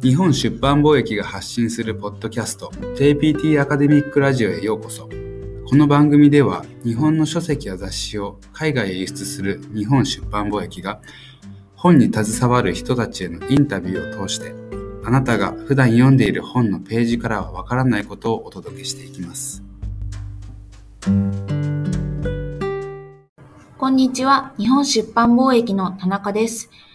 日本出版貿易が発信するポッドキャスト JPT アカデミックラジオへようこそ。この番組では日本の書籍や雑誌を海外へ輸出する日本出版貿易が本に携わる人たちへのインタビューを通してあなたが普段読んでいる本のページからはわからないことをお届けしていきます。 こんにちは。日本出版貿易の田中です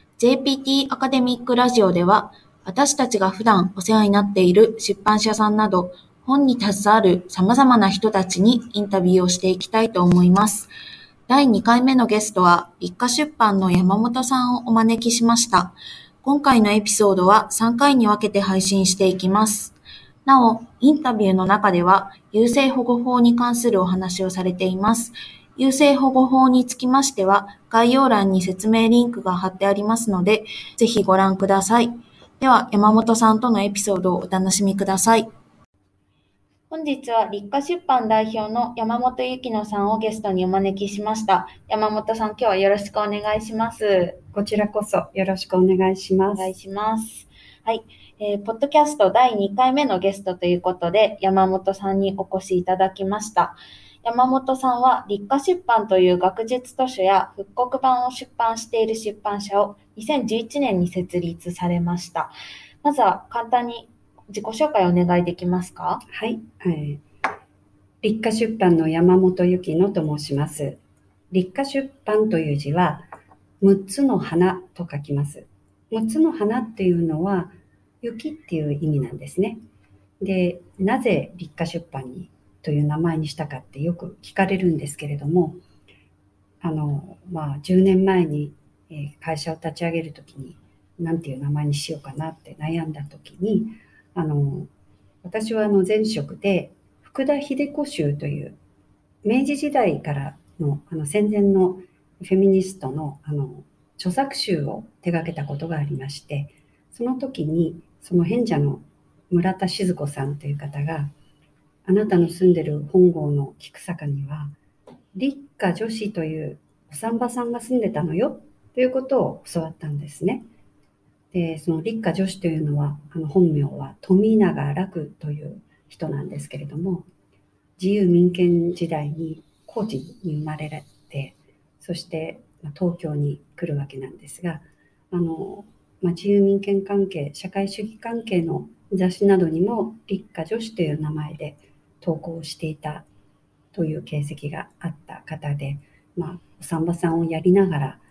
。JPT アカデミックラジオでは私たちが普段お世話になっている出版社さんなど本に携わる様々な人たちにインタビューをしていきたいと思います。第2回目のゲストは立花出版の山本さんをお招きしました。今回のエピソードは3回に分けて配信していきます。なお、インタビューの中では優生保護法に関するお話をされています。優生保護法につきましては概要欄に説明リンクが貼ってありますので、ぜひご覧ください。では、山本さんとのエピソードをお楽しみください。本日は立花出版代表の山本幸乃さんをゲストにお招きしました。山本さん、今日はよろしくお願いします。 こちらこそよろしくお願いします。 お願いします。はい、ポッドキャスト第2回目のゲストということで、山本さんにお越しいただきました。山本さんは立花出版という学術図書や復刻版を出版している出版社を2011年に設立されました。まずは簡単に自己紹介をお願いできますか？ はい、立花出版の山本幸乃と申します。立花出版という字は6つの花と書きます。6つの花っていうのは雪っていう意味なんですね。で、なぜ立花出版にという名前にしたかってよく聞かれるんですけれども、10年前に会社を立ち上げるときに何ていう名前にしようかなって悩んだときに、私は前職で福田秀子集という明治時代からの戦前のフェミニストの著作集を手掛けたことがありまして、その時にその編者の村田静子さんという方が、あなたの住んでる本郷の菊坂には立花女子というお産婆さんが住んでたのよということを教わったんですね。で、その立花女子というのは本名は富永楽という人なんですけれども、自由民権時代に高知に生まれて、そして東京に来るわけなんですが、自由民権関係、社会主義関係の雑誌などにも立花女子という名前で投稿していたという形跡があった方で、お産婆さんをやりながら、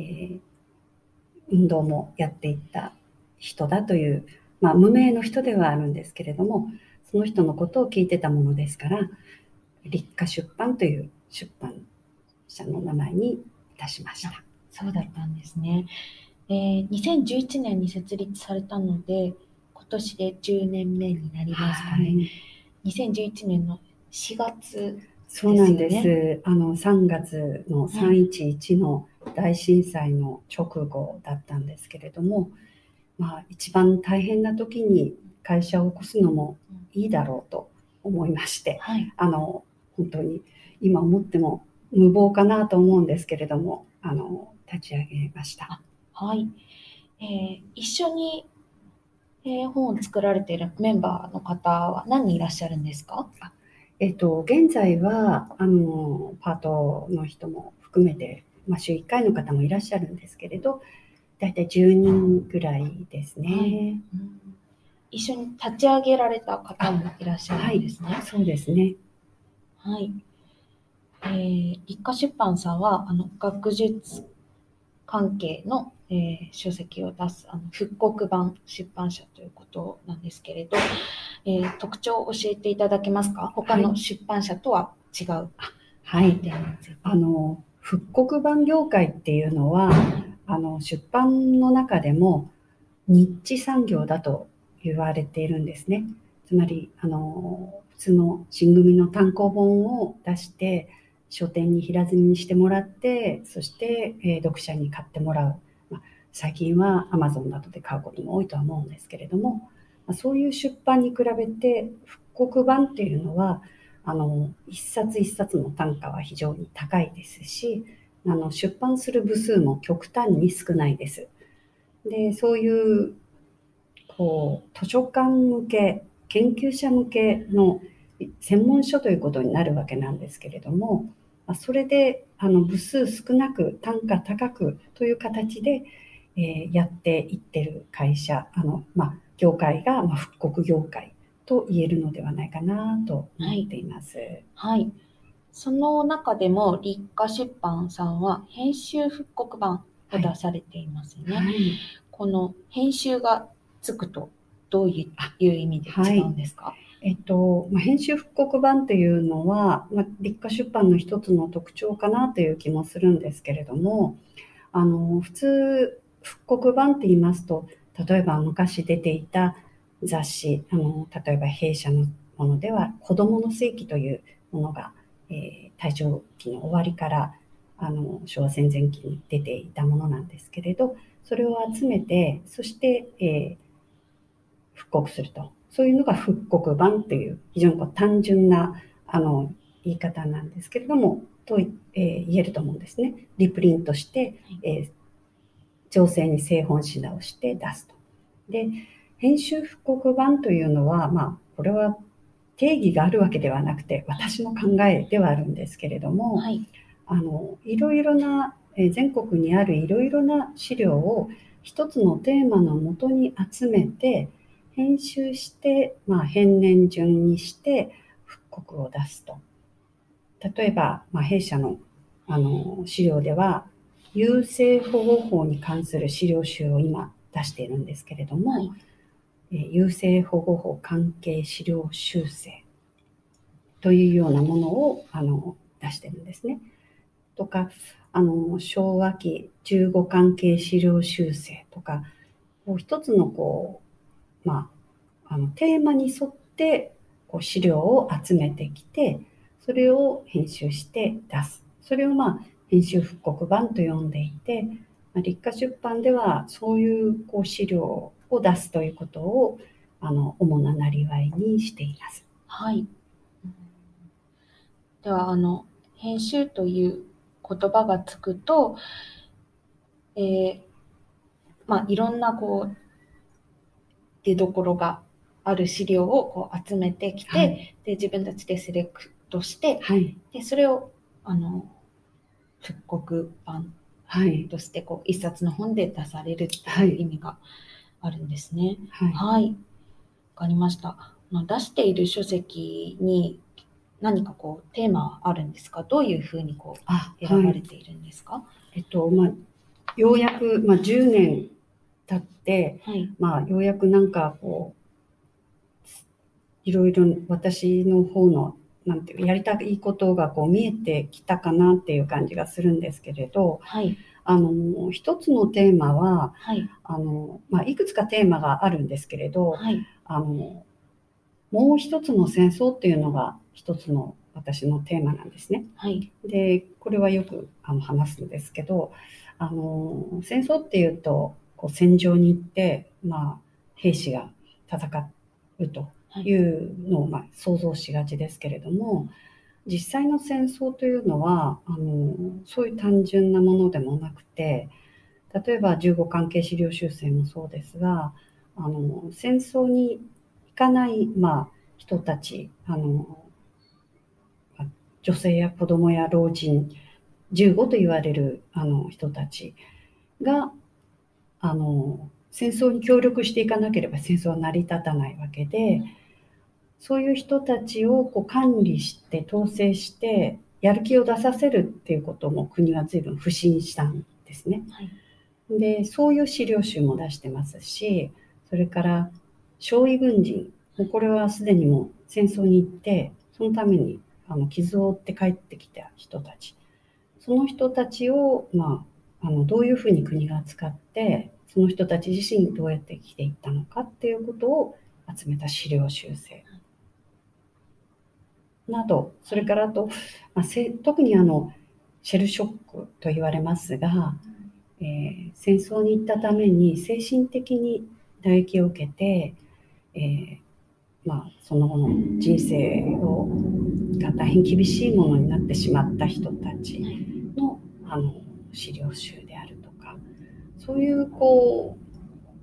運動もやっていった人だという、無名の人ではあるんですけれども、その人のことを聞いてたものですから、立花出版という出版社の名前にいたしました。 そうだったんですね。2011年に設立されたので、今年で10年目になりますかね。2011年の4月ですよね。 そうなんです。3月の311の大震災の直後だったんですけれども、一番大変な時に会社を起こすのもいいだろうと思いまして、本当に今思っても無謀かなと思うんですけれども、立ち上げました。 はい。一緒に、本を作られているメンバーの方は何人いらっしゃるんですか？ 現在はパートの人も含めて、週1回の方もいらっしゃるんですけれど、だいたい10人ぐらいですね。 一緒に立ち上げられた方もいらっしゃるんですね。 そうですね。 はい。立花出版さんは学術関係の、書籍を出す復刻版出版社ということなんですけれど、特徴を教えていただけますか？他の出版社とは違う。 復刻版業界っていうのは出版の中でもニッチ産業だと言われているんですね。つまり普通の新組の単行本を出して書店に平積みにしてもらって、そして、読者に買ってもらう。最近は Amazon などで買うことも多いとは思うんですけれども、そういう出版に比べて復刻版っていうのは一冊一冊の単価は非常に高いですし、出版する部数も極端に少ないです。で、そういう図書館向け、研究者向けの専門書ということになるわけなんですけれども、それで部数少なく単価高くという形で、やっていってる会社、業界が、復刻業界と言えるのではないかなと思っています。 はい。その中でも立花出版さんは編集復刻版を出されていますね。 はい、 この編集がつくとどういう意味で違うんですか？ 編集復刻版というのは、立花出版の一つの特徴かなという気もするんですけれども、普通復刻版って言いますと、例えば昔出ていた雑誌、例えば弊社のものでは子どもの世紀というものが、大正期の終わりから昭和戦前期に出ていたものなんですけれど、それを集めて、そして、復刻すると、そういうのが復刻版という非常に単純な言い方なんですけれども、と言えると思うんですね。リプリントして、情勢に製本し直して出すと。で、編集復刻版というのは、これは定義があるわけではなくて、私の考えではあるんですけれども、 はい。 いろいろな、全国にあるいろいろな資料を一つのテーマのもとに集めて、編集して、編年順にして復刻を出すと。例えば、弊社の、資料では、優生保護法に関する資料集を今出しているんですけれども、 はい。 優生保護法関係資料修正というようなものを出してるんですね。とか、昭和期15関係資料修正とか、一つのテーマに沿って資料を集めてきて、それを編集して出す。それを編集復刻版と呼んでいて、立花出版ではそういう資料を出すということを主ななりわいにしています。 はい。では、編集という言葉がつくと、いろんな出どころがある資料を集めてきて、 はい、 で自分たちでセレクトして、 はい、 でそれを復刻版として一冊の本で出されるっていう意味があるんですね。 はい、 はい、わかりました。出している書籍に何かテーマはあるんですか？どういうふうに選ばれているんですか？ ようやく、10年経って、ようやくいろいろ私の方のやりたいことが見えてきたかなっていう感じがするんですけれど、 はい、 一つのテーマは、 はいいくつかテーマがあるんですけれど、 はい、 もう一つの戦争っていうのが一つの私のテーマなんですね。 はい、 で、これはよく話すんですけど、戦争っていうと戦場に行って、兵士が戦うというのを想像しがちですけれども、実際の戦争というのはそういう単純なものでもなくて、例えば15関係資料修正もそうですが、戦争に行かない、人たち、女性や子供や老人、15と言われる人たちが戦争に協力していかなければ戦争は成り立たないわけで、そういう人たちを管理して統制してやる気を出させるっていうことも国は随分不信したんですね。 はい、 で、そういう資料集も出してますし、それから傷痍軍人、これはすでにもう戦争に行ってそのために傷を負って帰ってきた人たち、その人たちを、どういうふうに国が扱って、その人たち自身どうやって生きていったのかっていうことを集めた資料集成など、それからあと、特にシェルショックと言われますが、戦争に行ったために精神的に打撃を受けて、その後の人生が大変厳しいものになってしまった人たちの資料集であるとか、そういう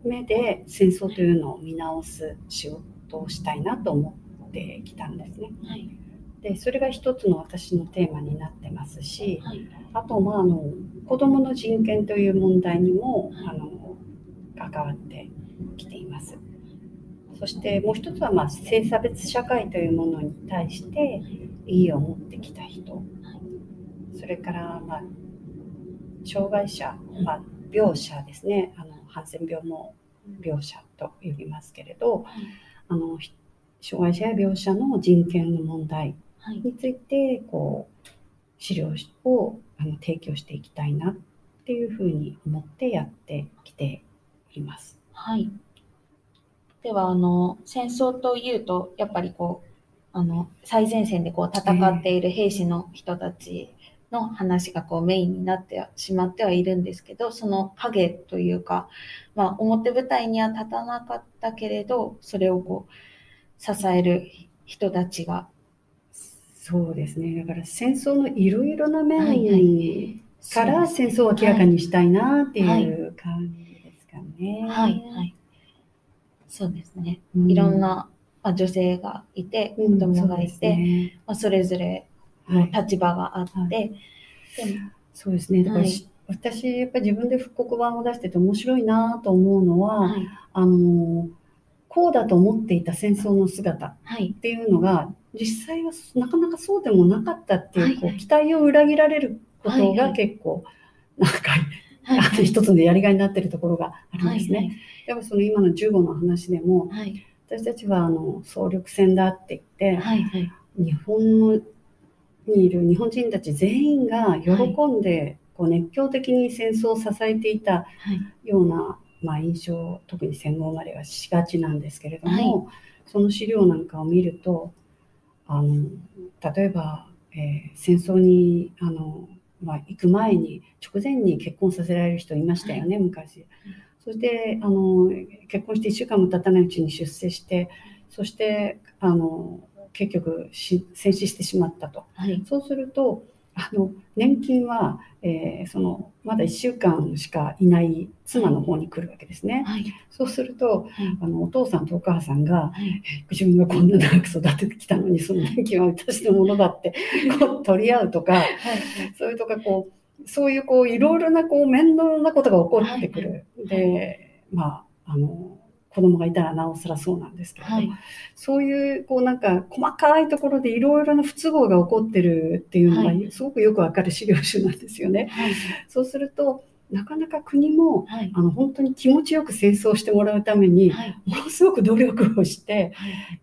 目で戦争というのを見直す仕事をしたいなと思ってきたんですね。 はい。 でそれが一つの私のテーマになってますし、 はい。 あと子どもの人権という問題にも関わってきています。そしてもう一つは性差別社会というものに対して異議を持ってきた人、それから障害者、病者ですね、ハンセン病も病者と呼びますけれど、障害者や病者の人権の問題について資料を提供していきたいなっていうふうに思ってやってきています。 はい。では戦争というとやっぱり最前線で戦っている兵士の人たちの話がメインになってしまってはいるんですけど、その影というか、表舞台には立たなかったけれど、それを支える人たちが。 そうですね。だから戦争のいろいろな面から戦争を明らかにしたいなっていう感じですかね。 はいはい。そうですね。いろんな女性がいて、子供がいて、それぞれの立場があって、 そうですね。だから私やっぱり自分で復刻版を出してて面白いなと思うのは、こうだと思っていた戦争の姿っていうのが、実際はなかなかそうでもなかったっていう、期待を裏切られることが結構一つのやりがいになっているところがあるんですね。やっぱその今の15の話でも、私たちは総力戦だって言って、日本にいる日本人たち全員が喜んで熱狂的に戦争を支えていたような印象、特に戦後生まれはしがちなんですけれども、その資料なんかを見ると例えば、戦争に行く前に直前に結婚させられる人いましたよね、昔。そして結婚して1週間も経たないうちに出世して、そして結局戦死してしまったと。そうすると年金は、まだ1週間しかいない妻の方に来るわけですね。そうすると、お父さんとお母さんが、自分がこんな長く育ててきたのにその年金は私のものだって取り合うとか、それとかそういういろいろな面倒なことが起こってくる。で子供がいたらなおさらそうなんですけど、そういうなんか細かいところでいろいろな不都合が起こってるっていうのがすごくよくわかる資料集なんですよね。そうするとなかなか国も、本当に気持ちよく戦争してもらうために、ものすごく努力をして、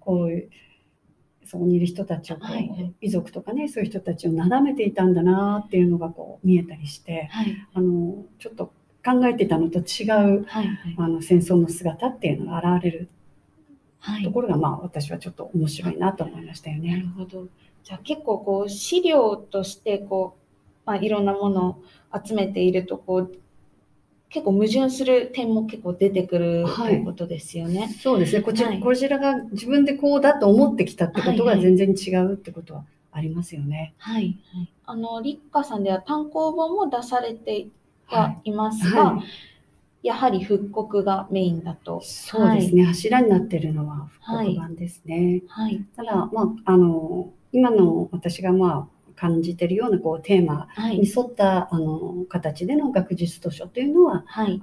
そこにいる人たちを遺族とかね、そういう人たちをなだめていたんだなっていうのが見えたりして、ちょっと考えてたのと違う、戦争の姿っていうのが現れるところが、私はちょっと面白いなと思いましたよね。 なるほど。じゃあ結構資料としていろんなものを集めていると結構矛盾する点も結構出てくるということですよね。 そうですね。こちらが自分でこうだと思ってきたってことが全然違うってことはありますよね。 立花さんでは単行本も出されてはいますが、やはり復刻がメインだと。 そうですね。柱になっているのは復刻版ですね。ただ今の私が感じているようなテーマに沿った形での学術図書というのは、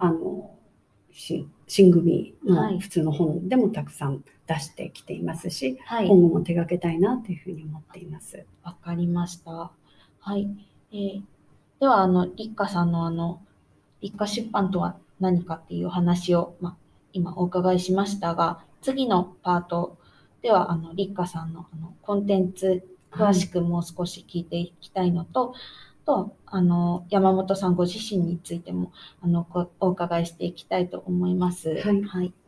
新組の普通の本でもたくさん出してきていますし、今後も手掛けたいなというふうに思っています。 わかりました。では立花さんの立花出版とは何かっていう話を、今お伺いしましたが、次のパートでは立花さんのコンテンツ詳しくもう少し聞いていきたいのと、山本さんご自身についてもお伺いしていきたいと思います。